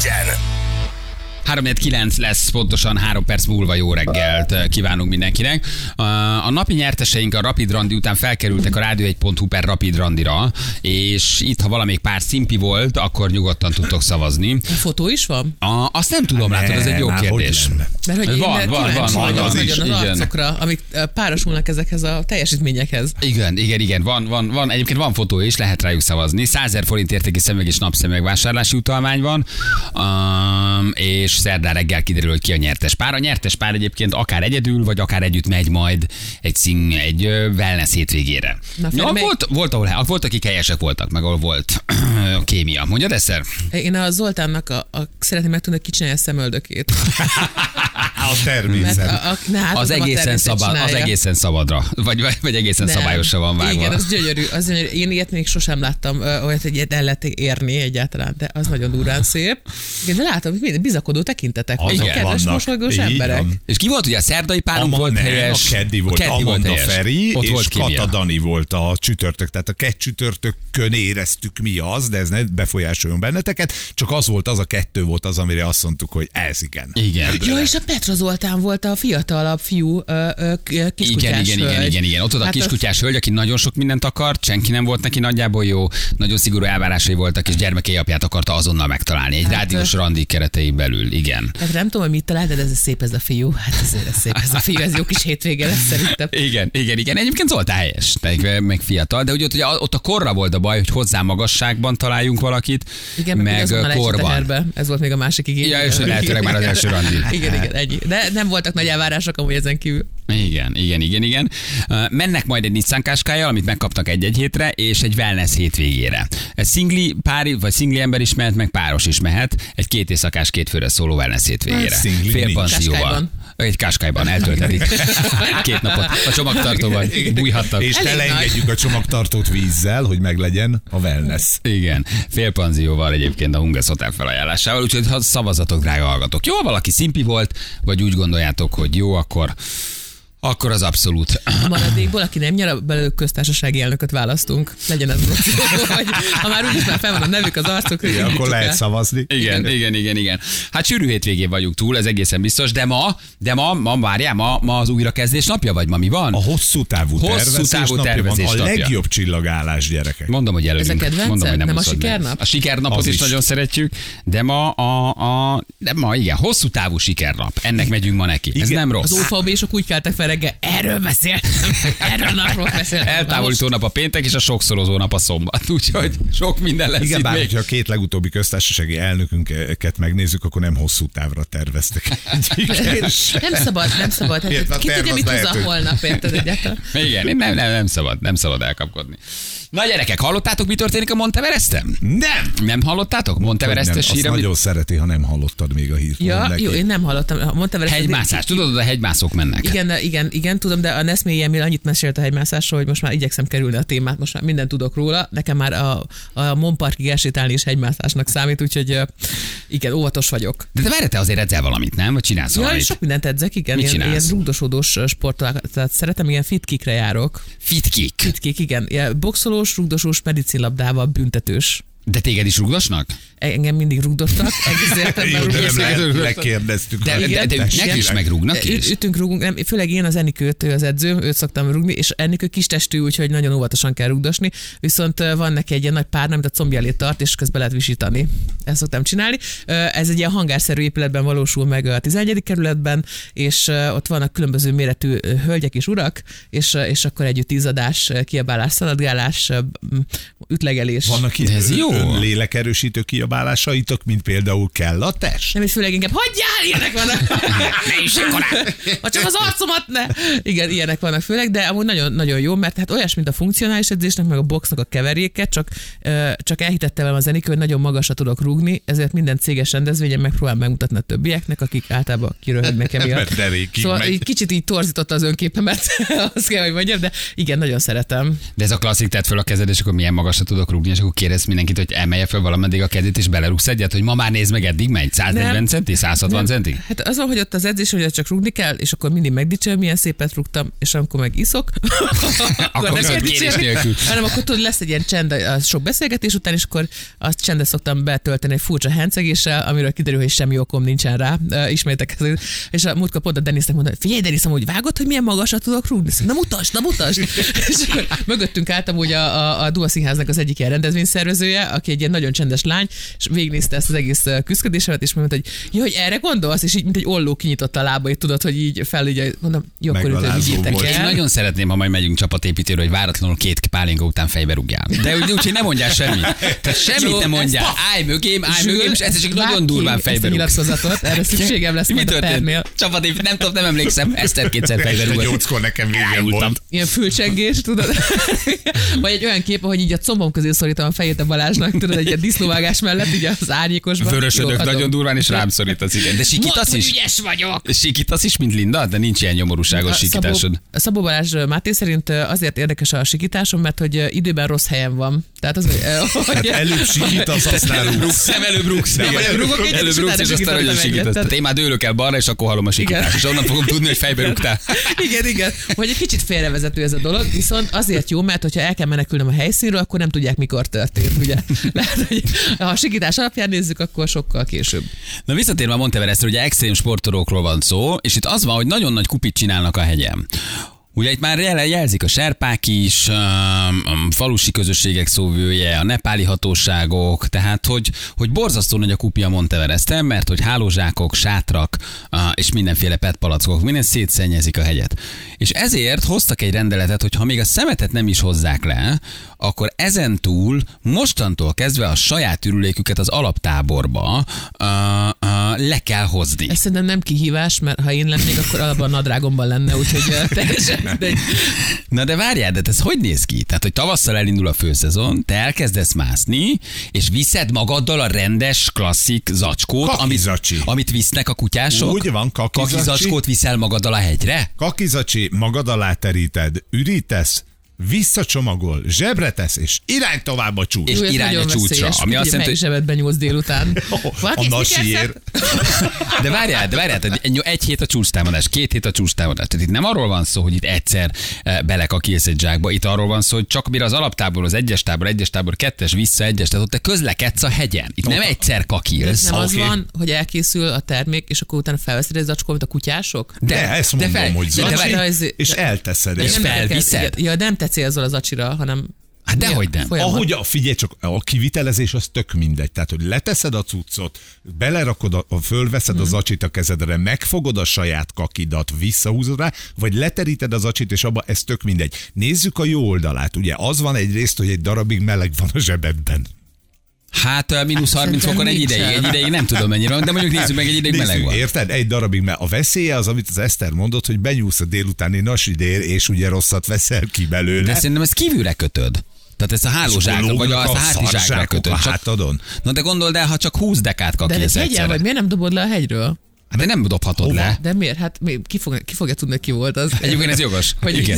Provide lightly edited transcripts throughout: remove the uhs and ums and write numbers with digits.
Jazzen. 3-9 lesz pontosan 3 perc múlva. Jó reggelt kívánunk mindenkinek. A napi nyerteseink a Rapid Randi után felkerültek a radio1.hu/Rapid Randira, és itt, ha valamelyik pár szimpi volt, akkor nyugodtan tudtok szavazni. A fotó is van? Azt nem tudom, látod, ez egy jó kérdés. Mert hogy Van, az is, az arcokra, amik párosulnak ezekhez a teljesítményekhez. Igen. Van. Egyébként van fotó is, lehet rájuk szavazni. 100 000 forint értékű szemüveg és napszemüveg vásárlási utalvány van, és szerdán reggel kiderül, hogy ki a nyertes pár. A nyertes pár egyébként akár egyedül, vagy akár együtt megy majd egy wellness hétvégére. Volt, akik helyesek voltak, meg ahol volt kémia. Mondjad, Eszter? Én a Zoltánnak szeretném megtudni, hogy ki csinálja a szemöldökét. A természet. Az egészen szabadra, vagy egészen szabályosra van vágva. Igen, az gyönyörű. Én ilyet még sosem láttam, olyat, hogy ilyet el lehet érni egyáltalán, de az nagyon durán szép. Igen, de látom, hogy minden bizakodó tekintetek, hogy kedves, mosolygós emberek. És ki volt ugye a szerdai párunk volt helyes? A keddi volt, Amanda Feri, és Kata Dani volt a csütörtök. Tehát a csütörtökön éreztük mi az, de ez ne befolyásoljon benneteket, csak az volt, az a kettő volt az, amire azt mondtuk, hogy ez igen. Ja, és a Petra Zoltán volt a fiatalabb fiú kiskutyás hölgy. Igen. Ott volt a kiskutyás hölgy, aki nagyon sok mindent akart, senki nem volt neki nagyjából jó, nagyon szigorú elvárásai voltak, és gyermekei apját akarta azonnal megtalálni. Egy rádiós randi keretein belül, igen. Hát nem tudom, hogy mit talált, de ez szép ez a fiú. Hát ez szép ez a fiú, ez jó kis hétvége lesz szerintem. Igen. Egyébként Zoltán helyes, meg fiatal, de ugye ott a korra volt a baj, hogy hozzá magasságban találjunk valakit, igen, meg korban. Ez volt még a másik igény. Ja, és lehetőleg már az első randi. Igen, egy. De nem voltak nagy elvárások amúgy ezen kívül. Igen. Mennek majd egy Nissan Qashqai-jal, amit megkapnak egy hétre, és egy wellness hétvégére. Ez szingli pár, vagy szingli ember is mehet, meg páros is mehet, egy 2 éjszakás, 2 főre szóló wellness hétvégére. Félpanzióval. Egy Qashqai-ban eltöltetik 2 napot a csomagtartóban, bújhattak. És elengedjük a csomagtartót vízzel, hogy meglegyen a wellness. Igen, félpanzióval egyébként a Hunges Hotel felajánlásával, úgyhogy ha szavazatok, drága hallgatók. Jó, valaki szimpi volt, vagy úgy gondoljátok, hogy jó, akkor az abszolút. A maradékból, aki nem nyer, belőlük köztársasági elnököt választunk. Legyen ez most, hogy ha már úgyis már fel van a nevük, az arcok. Igen, akkor lehet szavazni. Igen. Hát sűrű hétvégén vagyunk túl, ez egészen biztos, de ma az újrakezdés napja, vagy ma mi van? A hosszú távú tervezés napja van. A legjobb csillagállás, gyerekek. Mondom, hogy előzünk. Ez a kedvenced? Nem a sikernap? A sikernapot is nagyon szeretjük, de ma igen, hosszú távú sikernap. Ennek megyünk ma neki. Ez nem rossz. Az OVB-sok úgy keltek fel reggel, erről beszéltem, erről a napról beszéltem. Eltávolító nap a péntek, és a sokszorozó nap a szombat, úgyhogy sok minden lesz. Igen, bár hogyha a 2 legutóbbi köztársasági elnökünket megnézzük, akkor nem hosszú távra terveztek. Nem szabad. Hát, ki tudja, mit hoz a holnap, érted egyáltalán? Igen, nem szabad elkapkodni. Na gyerekek, hallottátok, mi történik a Monteveresten? Nem hallottátok? Monteverestes hír, azt nagyon szereti, ha nem hallottad még a hírt. Ja, jó, én nem hallottam. A Monteveresten... Hegymászás, tudod, a hegymászók mennek. Igen, tudom, de a Neszmélyi Emil annyit mesélt a hegymászásról, hogy most már igyekszem kerülni a témát, most már mindent tudok róla. Nekem már a Monparkig elsétálni is hegymászásnak számít, úgyhogy igen, óvatos vagyok. De várj, te azért edzel valamit, nem? Vagy csinálsz valamit? Ja, sok mindent edzek, igen. Ilyen rugdosódós sportokat szeretem, ilyen fit-kickre járok. Fit-kick, igen. Ilyen boxolós, rugdosós, medicinlabdával, büntetős. De téged is rugdosnak? Engem mindig rugdosnak. Lekérdeztük. De nekik is megrúgnak is? Rúgunk, főleg én az Enikőt, ő az edzőm, őt szoktam rúgni, és Enikő kis testű, úgyhogy nagyon óvatosan kell rugdosni. Viszont van neki egy ilyen nagy párna, amit a combja elé tart, és közben lehet visítani. Ezt szoktam csinálni. Ez egy ilyen hangárszerű épületben valósul meg a 11. kerületben, és ott vannak különböző méretű hölgyek és urak, és akkor együtt izzadás, kiabálás, szaladgálás, ütlegelés. Vannak itt ez jó. Lélekerősítő kiabálásaitok, mint például kell a test? Nem, és főleg inkább hagyjál, ilyenek vannak. Ne is ekkorát. Ha csak az arcomat ne. Igen, ilyenek vannak főleg, de amúgy nagyon, nagyon jó, mert hát olyas, mint a funkcionális edzésnek, meg a boxnak a keveréket, csak elhitette velem az Enikő, hogy nagyon magasra tudok rúgni, ezért minden céges rendezvényen megpróbálom megmutatni a többieknek, akik általában kiröhögnek emiatt. Szóval egy kicsit így torzította az önképemet, azt kell, hogy mondjam, de igen, nagyon szeretem. De ez a klasszik, tett föl a kezed, és akkor milyen magasra tudok rúgni, és akkor kérdez mindenkit, hogy hogy emelje fel valameddig a kezét, és belerúgsz egyet, hogy ma már nézd meg, eddig megy, 140 centi, 160 centi? Hát az, hogy ott az edzés, hogy csak rúgni kell, és akkor mindig megdicsérem, milyen szépet rúgtam, és amikor meg iszok, akkor nem kell dicsérni, hanem akkor tudod, lesz egy ilyen csend a sok beszélgetés után, és akkor azt csendet szoktam betölteni egy furcsa hencegéssel, amiről kiderül, hogy semmi okom nincsen rá. Ismétek. És a múltkor pont a Denisnek mondta, hogy figyelj, Denis, hogy vágod, hogy milyen magasra tudok rúgni? Na mutasd! És akkor mögöttünk álltam ugye a Duma Színháznak az egyik ilyen rendezvényszervezője, aki egy ilyen nagyon csendes lány, és végignézte ezt az egész küszködésemet, és mondta, hogy jó, hogy erre gondolsz, és így, mint egy olló kinyitotta a lábait, tudod, hogy így így mondom, jó, akkor vigyétek el. Én nagyon szeretném, ha majd megyünk csapatépítőre, hogy váratlanul 2 pálinka után fejbe rúgjál. De úgyhogy nem mondjál semmit. Tehát semmit nem mondjál. Állj mögém, és ez csak nagyon durván fejbe rúg. Erre szükségem lesz majd a pernél. Csapatépítő, nem emlékszem, Eszter 2-szer fejbe rúgott. 8-kor nekem végén volt. Ilyen fülcsengés, tudod? Vagy egy olyan kép, hogy így a combom közé szorítom a fejét a Balázsnak, tudod, egy ilyen disznóvágás mellett, így az árnyékosban. Vörösödök nagyon durván, és rám szorítasz, igen. De sikítasz is? Ügyes vagyok! Sikítasz is, mint Linda? De nincs ilyen nyomorúságos sikításod. Szabó Balázs Máté szerint azért érdekes a sikításom, mert hogy időben rossz helyen van. Tehát az, hogy előbb sikítasz, aztán rúgsz. Előbb rúgsz, és aztán nagyon sikítasz. Tehát én már dőlök el balra, és akkor hallom a sikítást. És onnan fogom tudni, hogy fejbe rúgtál. Igen. Hogy egy kicsit félrevezető ez a dolog, viszont azért jó, mert hogyha el kell menekülnöm a helyszínről, akkor nem tudják, mikor történt. Ugye? Lehet, hogy ha a sikítás alapján nézzük, akkor sokkal később. Na visszatérve a Monteverestre, ugye extrém sportolókról van szó, és itt az van, hogy nagyon nagy kupit csinálnak a hegyen. Ugye itt már jelzik a serpák is, a falusi közösségek szóvivője, a nepáli hatóságok, tehát hogy borzasztó nagy a kupi a Monteveresten, mert hogy hálózsákok, sátrak és mindenféle petpalackok, minden szétszennyezik a hegyet. És ezért hoztak egy rendeletet, hogy ha még a szemetet nem is hozzák le, akkor ezentúl mostantól kezdve a saját ürüléküket az alaptáborba le kell hozni. Ez szerintem nem kihívás, mert ha én lennék, akkor alapban nadrágomban lenne, úgyhogy teljesen. Na de várjál, de ez hogy néz ki? Tehát, hogy tavasszal elindul a főszezon, te elkezdesz mászni, és viszed magaddal a rendes, klasszik zacskót, amit visznek a kutyások? Úgy van, kakizacskót viszel magaddal a hegyre? Kakizacsi, magad alá teríted, ürítesz, visszacsomagol, zsebre tesz, és irány tovább a csúcs. És irány a csúcsra. Ami azt jelenti, hogy zsebedben nyúlsz délután. A nasiér. De várjál, egy hét a csúcstámadás, 2 hét a csúcstámadás. Tehát itt nem arról van szó, hogy itt egyszer belekakélsz egy zsákba, itt arról van szó, hogy csak mire az alaptábor, az 1-es tábor, 2-es, vissza 1-es, tehát ott te közlekedsz a hegyen. Itt nem egyszer kakilsz. Nem az van, hogy elkészül a termék, és akkor utána felveszed egy zacskót, mint a kutyások? De ezt mondom, hogy zacsi, és elteszed. És felviszed. Ja, nem célzol az acsira, hanem... Hát dehogy nem. Ahogy figyelj csak, a kivitelezés az tök mindegy. Tehát, hogy leteszed a cuccot, belerakod, fölveszed az acsit a kezedre, megfogod a saját kakidat, visszahúzod rá, vagy leteríted az acsit, és abba ez tök mindegy. Nézzük a jó oldalát. Ugye az van egyrészt, hogy egy darabig meleg van a zsebedben. Hát mínusz 30 fokon egy ideig nem tudom mennyire van, de mondjuk nézzük meg, egy ideig meleg van. Érted? Egy darabig, mert a veszélye az, amit az Eszter mondott, hogy benyúlsz a délutáni nasidér, és ugye rosszat veszel ki belőle. De szerintem ezt kívülre kötöd. Tehát ezt a hálózsákra, vagy a hátizsákra kötöd. Hátadon. Na de gondold el, ha csak 20 dekát kakélsz egyszerre. Vagy miért nem dobod le a hegyről? Hát de nem dobhatod le. De miért? Hát ki fogja tudni, ki volt az? Egyébként ez jogos. Hogy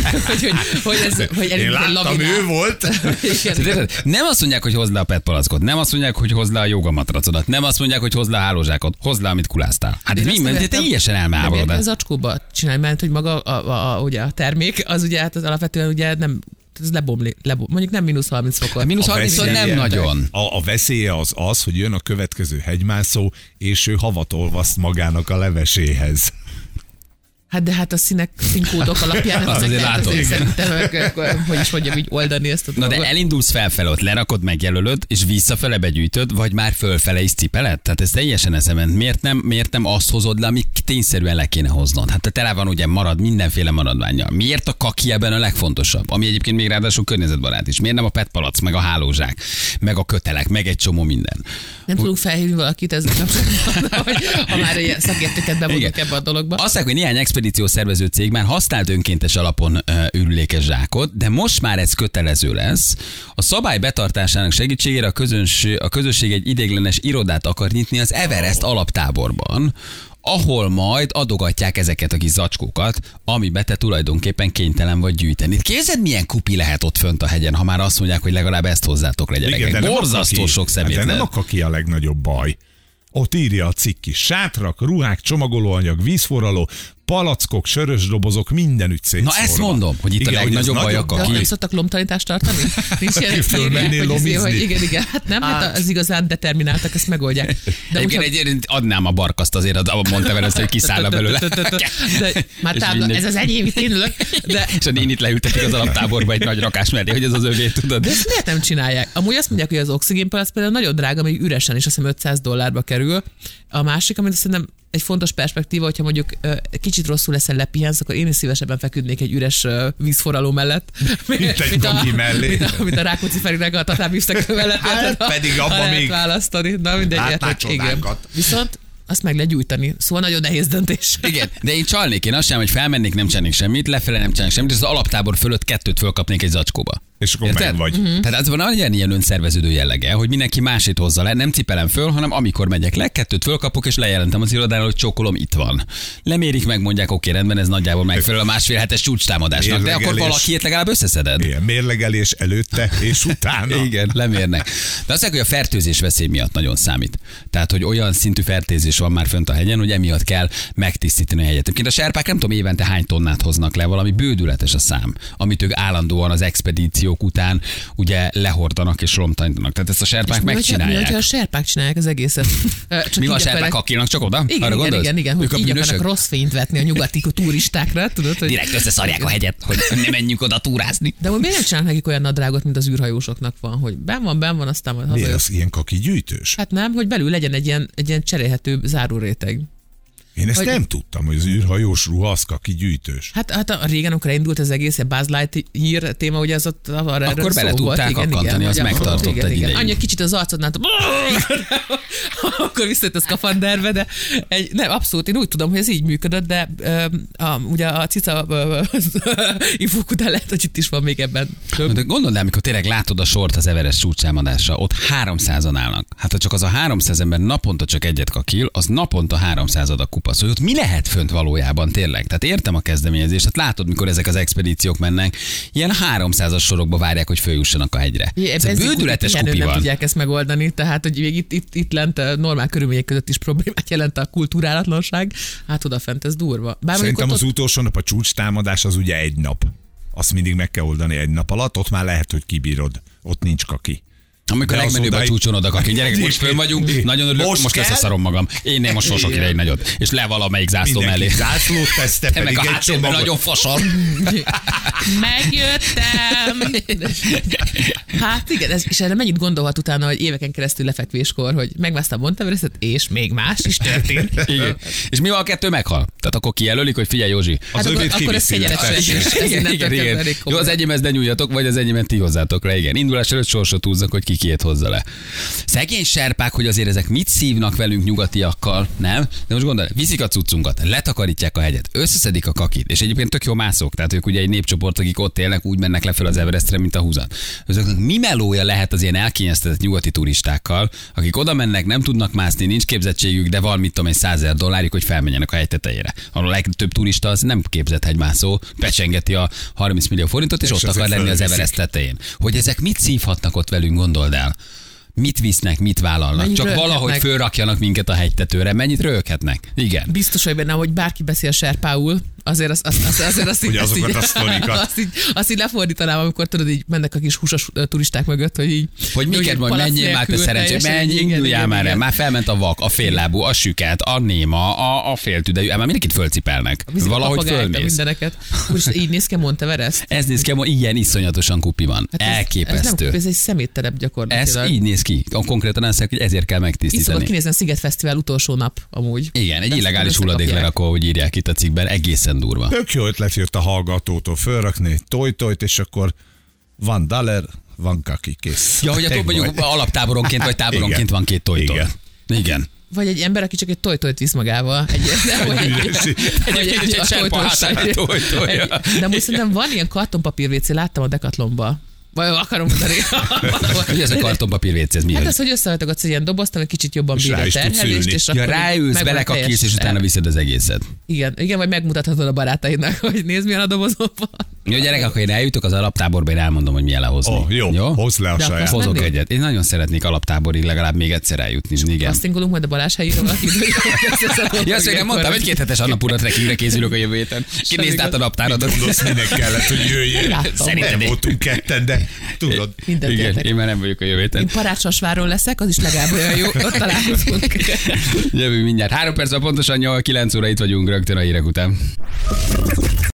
én láttam, ő volt. Nem azt mondják, hogy hozd le a petpalackot, nem azt mondják, hogy hozd le a jogamatracodat, nem azt mondják, hogy hozd le a hálózsákot, hozd le, amit kuláztál. Hát itt minden, de te ilyesen elmávolod. De miért kell zacskóba csinálni, mert hogy maga ugye a termék, az ugye hát az alapvetően ugye nem... Ez lebomlik. Mondjuk nem mínusz 30 fokon. Mínusz 30 nem nagyon. A veszélye az, hogy jön a következő hegymászó, és ő havat olvaszt magának a leveséhez. Hát de hát a színkódok alapján az azért látod. Szerintem, hogy is mondjam, így oldani ezt a dolgot. Na de elindulsz felfele, ott lerakod, megjelölöd, és visszafele begyűjtöd, vagy már fölfele is cipeled? Tehát ez teljesen eszement. Miért nem azt hozod le, amit tényszerűen le kéne hoznod? Hát te tele van ugye mindenféle maradvánnyal. Miért a kaki ebben a legfontosabb? Ami egyébként még ráadásul környezetbarát is. Miért nem a petpalack, meg a hálózsák, meg a kötelek, meg egy csomó minden? Nem tudunk felhívni valakit ezzel kapcsolatban, hogy ha már ilyen szakértőket bevonjuk ebbe a dologba. Azt mondják, hogy néhány expedíciószervező cég már használt önkéntes alapon ürülékes zsákot, de most már ez kötelező lesz. A szabály betartásának segítségére a közösség egy ideiglenes irodát akar nyitni az Everest alaptáborban, ahol majd adogatják ezeket a kis zacskókat, amiben te tulajdonképpen kénytelen vagy gyűjteni. Képzeld, milyen kupi lehet ott fönt a hegyen, ha már azt mondják, hogy legalább ezt hozzátok le, gyerekek. Borzasztó sok szemét. De nem a kaki a legnagyobb baj. Ott írja a cikk is. Sátrak, ruhák, csomagolóanyag, vízforraló, palackok, sörös dobozok, mindenütt szétszórva. Na ezt mondom, hogy itt igen, a legnagyobb baj a kaki. Nem szoktak lomtanítást tartani? Nincs ilyen, hogy igen. Hát nem, hát az igazán determináltak, ezt megoldják. De egyébként adnám a barkaszt azért a Monteverest, hogy kiszállna belőle. Már tábla, ez az enyém, tényleg. És a nénit leültetik az alaptáborba egy nagy rakás mellé, hogy ez az övé, tudod. De ezt miért nem csinálják? Amúgy azt mondják, hogy az oxigénpalac például nagyon drága, még üresen is, azt hiszem $500 kerül. A másik, amit szerintem egy fontos perspektíva, hogyha mondjuk kicsit rosszul leszel, lepihensz, akkor én is szívesebben feküdnék egy üres vízforraló mellett. Mint egy kaki mellé. Mint a Rákóczi Ferinek a tatárbisztek mellett. Hát pedig abban még választani. Na mindegy, igen. Viszont azt meg lehet gyújtani. Szóval nagyon nehéz döntés. Igen, de én csalnék, én azt sem, hogy felmennék, nem csinálnék semmit, lefele nem csinálnék semmit, és az alaptábor fölött 2 fölkapnék egy zacskóba. És akkor meg vagy. Tehát az van ilyen önszerveződő jellege, hogy mindenki másét hozza le, nem cipelem föl, hanem amikor megyek le, 2 fölkapok, és lejelentem az irodára, hogy csókolom, itt van. Lemérik, megmondják, oké, rendben, ez nagyjából megfelel a 1,5 hetes csúcstámadásnak, de akkor valakiét legalább összeszeded. Igen, mérlegelés előtte és utána. Igen, lemérnek. De azt mondják, hogy a fertőzés veszély miatt nagyon számít. Tehát, hogy olyan szintű fertőzés van már fönt a hegyen, hogy emiatt kell megtisztítani a hegyet. Egyébként a serpák nem tudom évente hány tonnát hoznak le, valami bődületes a szám, amit ők állandóan az expedíció után ugye lehordanak és romtanítanak. Tehát ezt a serpák megcsinálják. Mi, a serpák csinálják az egészet? Mi van, a serpák kakilnak csak oda? Igen, hogy így akarnak rossz fényt vetni a nyugati turistákra. Tudod, hogy direkt összeszarják a hegyet, hogy ne menjünk oda túrázni. De hogy miért nem csinálnak nekik olyan nadrágot, mint az űrhajósoknak van, hogy benn van, aztán majd hazajön. Mi az ilyen kaki gyűjtős? Hát nem, hogy belül legyen egy ilyen cserélhető záróréteg. Én ezt nem tudtam, hogy az űrhajós ruha az kaki gyűjtős. Hát a régen, amikor indult az egész, a Buzz Lightyear téma, ugye az ott arra akkor bele tudták akkantani, az megtartott egy ideig. Annyi kicsit az arcodnál, akkor visszajött a szkafanderbe, de nem, abszolút, én úgy tudom, hogy ez így működött, de ugye a cica infók után lehet, hogy itt is van még ebben több. De gondold el, amikor tényleg látod a sort az Everest csúcstámadásra, ott 300-an állnak. Hát ha csak az a 300 ember naponta csak egyet kakil, az naponta 300-ad a kupa. Hogy ott mi lehet fönt valójában tényleg? Tehát értem a kezdeményezést, hát látod, mikor ezek az expedíciók mennek, ilyen 300-as sorokba várják, hogy följussanak a hegyre. Ez bődületes kupi van. Nem tudják ezt megoldani, tehát hogy még itt lent normál körülmények között is problémát jelent a kultúrálatlanság, hát odafent ez durva. Szerintem az utolsó nap a csúcstámadás az ugye egy nap. Azt mindig meg kell oldani egy nap alatt, ott már lehet, hogy kibírod. Ott nincs kaki. Amikor a legmenőbb a csúcson oda kakik. Gyerekek, most föl vagyunk, nagyon örülök, most összeszarom magam. Én nem most sosok ide egy nagyot. És le valamelyik zászló mellé. Zászlót teszte pedig a háttérben nagyon fasal. Megjöttem! Hát igen, és erre mennyit gondolhat utána, hogy éveken keresztül lefekvéskor, hogy megmásztam Monteverestet, és még más is történt. Igen. És mi van, a 2 meghal? Tehát akkor kijelölik, hogy figyelj Józsi. Hát akkor ez kegyeles. Igen. Jó, az enyémhez ne nyúljatok, vagy az enyémet ti hozzátok le. Igen. Indulás előtt sorsot húznak, hogy kiét hozza le. Szegény serpák, hogy azért ezek mit szívnak velünk nyugatiakkal, nem? De most gondolj, viszik a cuccunkat, letakarítják a hegyet, összeszedik a kakit, és egyébként tök jó mászók, tehát ők ugye egy népcsoport, akik ott élnek, úgy mennek le fel az Everestre, mint a húzat. Ezeknek mi melója lehet az ilyen elkényeztetett nyugati turistákkal, akik oda mennek, nem tudnak mászni, nincs képzettségük, de van mit tudom, $100,000, hogy felmenjenek a hegy tetejére. A legtöbb turista az nem képzett hegymászó, becsengeti a 30 millió forintot, és ott akar lenni az Everest tetején. Hogy ezek mit szívhatnak ott velünk, gondold el. Mit visznek, mit vállalnak. Mennyit csak valahogy fölrakjanak minket a hegytetőre. Mennyit röhöghetnek? Igen. Biztos, hogy benne, hogy bárki beszél serpául, azért azt így, azokat a sztorikat. Azt így lefordítanám, amikor tudod, így mennek a kis húsos turisták mögött, hogy így... Hogy miket mond, menjél már, te szerencsé, menj, induljál már, már felment a vak, a féllábú, a süket, a néma, a féltüdejű, már mindenkit fölcipelnek. Valahogy fölmész. Mindeneket. Most így néz ki Monteverest? Ez néz ki, ilyen iszonyatosan kupi van. Hát elképesztő. Ez egy szeméttelep gyakorlatilag. Ez így néz ki. Konkrétan azt mondják, hogy ezért kell megtisztítani. Így szokott kinézni a Szigetfesztivál utolsó nap amúgy. Igen, egy illegális hulladéklerakó, hogy írják itt a cikkben, egészen durva. Tök jó ötlet jött a hallgatótól fölrakni tojtojt, és akkor van daler, van kaki, kész. Ja, hogy a mondjuk alaptáboronként vagy táboronként van 2 tojtoj. Igen. Vagy egy ember, aki csak egy tojtojt visz magával. De most szerintem van ilyen kartonpapír WC, láttam a Decathlonba. Vagy akarom mondani. Hogy ez a kartonpapír WC, ez mi? Hát az, hogy összehajtogatsz egy ilyen dobozt, ami kicsit jobban bírja a terhelést, és akkor ráülsz, belekakilsz, és utána viszed az egészet. Igen, vagy megmutathatod a barátaidnak, hogy nézd, milyen a dobozomban. Jó, gyerek, akkor én eljutok az alaptáborba, én elmondom, hogy milyen lehozni. Jó, hozd le a saját. Hozok egyet. Én nagyon szeretnék alaptáborig legalább még egyszer eljutni. Igen. Castingolunk majd a Balázs helyére valakit. Ja, azt még mondtam, hogy 2 hetes Annapurna trekkingre készülök a jövő héten. Kinézd át a naptáradat. Gondolsz, minek kellett, hogy jöjjél. Szerintem voltunk ketten, de tudod. Igen, én már nem vagyok a jövő héten. Én Parácsosváron leszek, az is legalább olyan jó. Ott találkozunk. Jövő mindjárt. 3 perc pontosan 9 óra itt vagyunk rögtön a hírek után.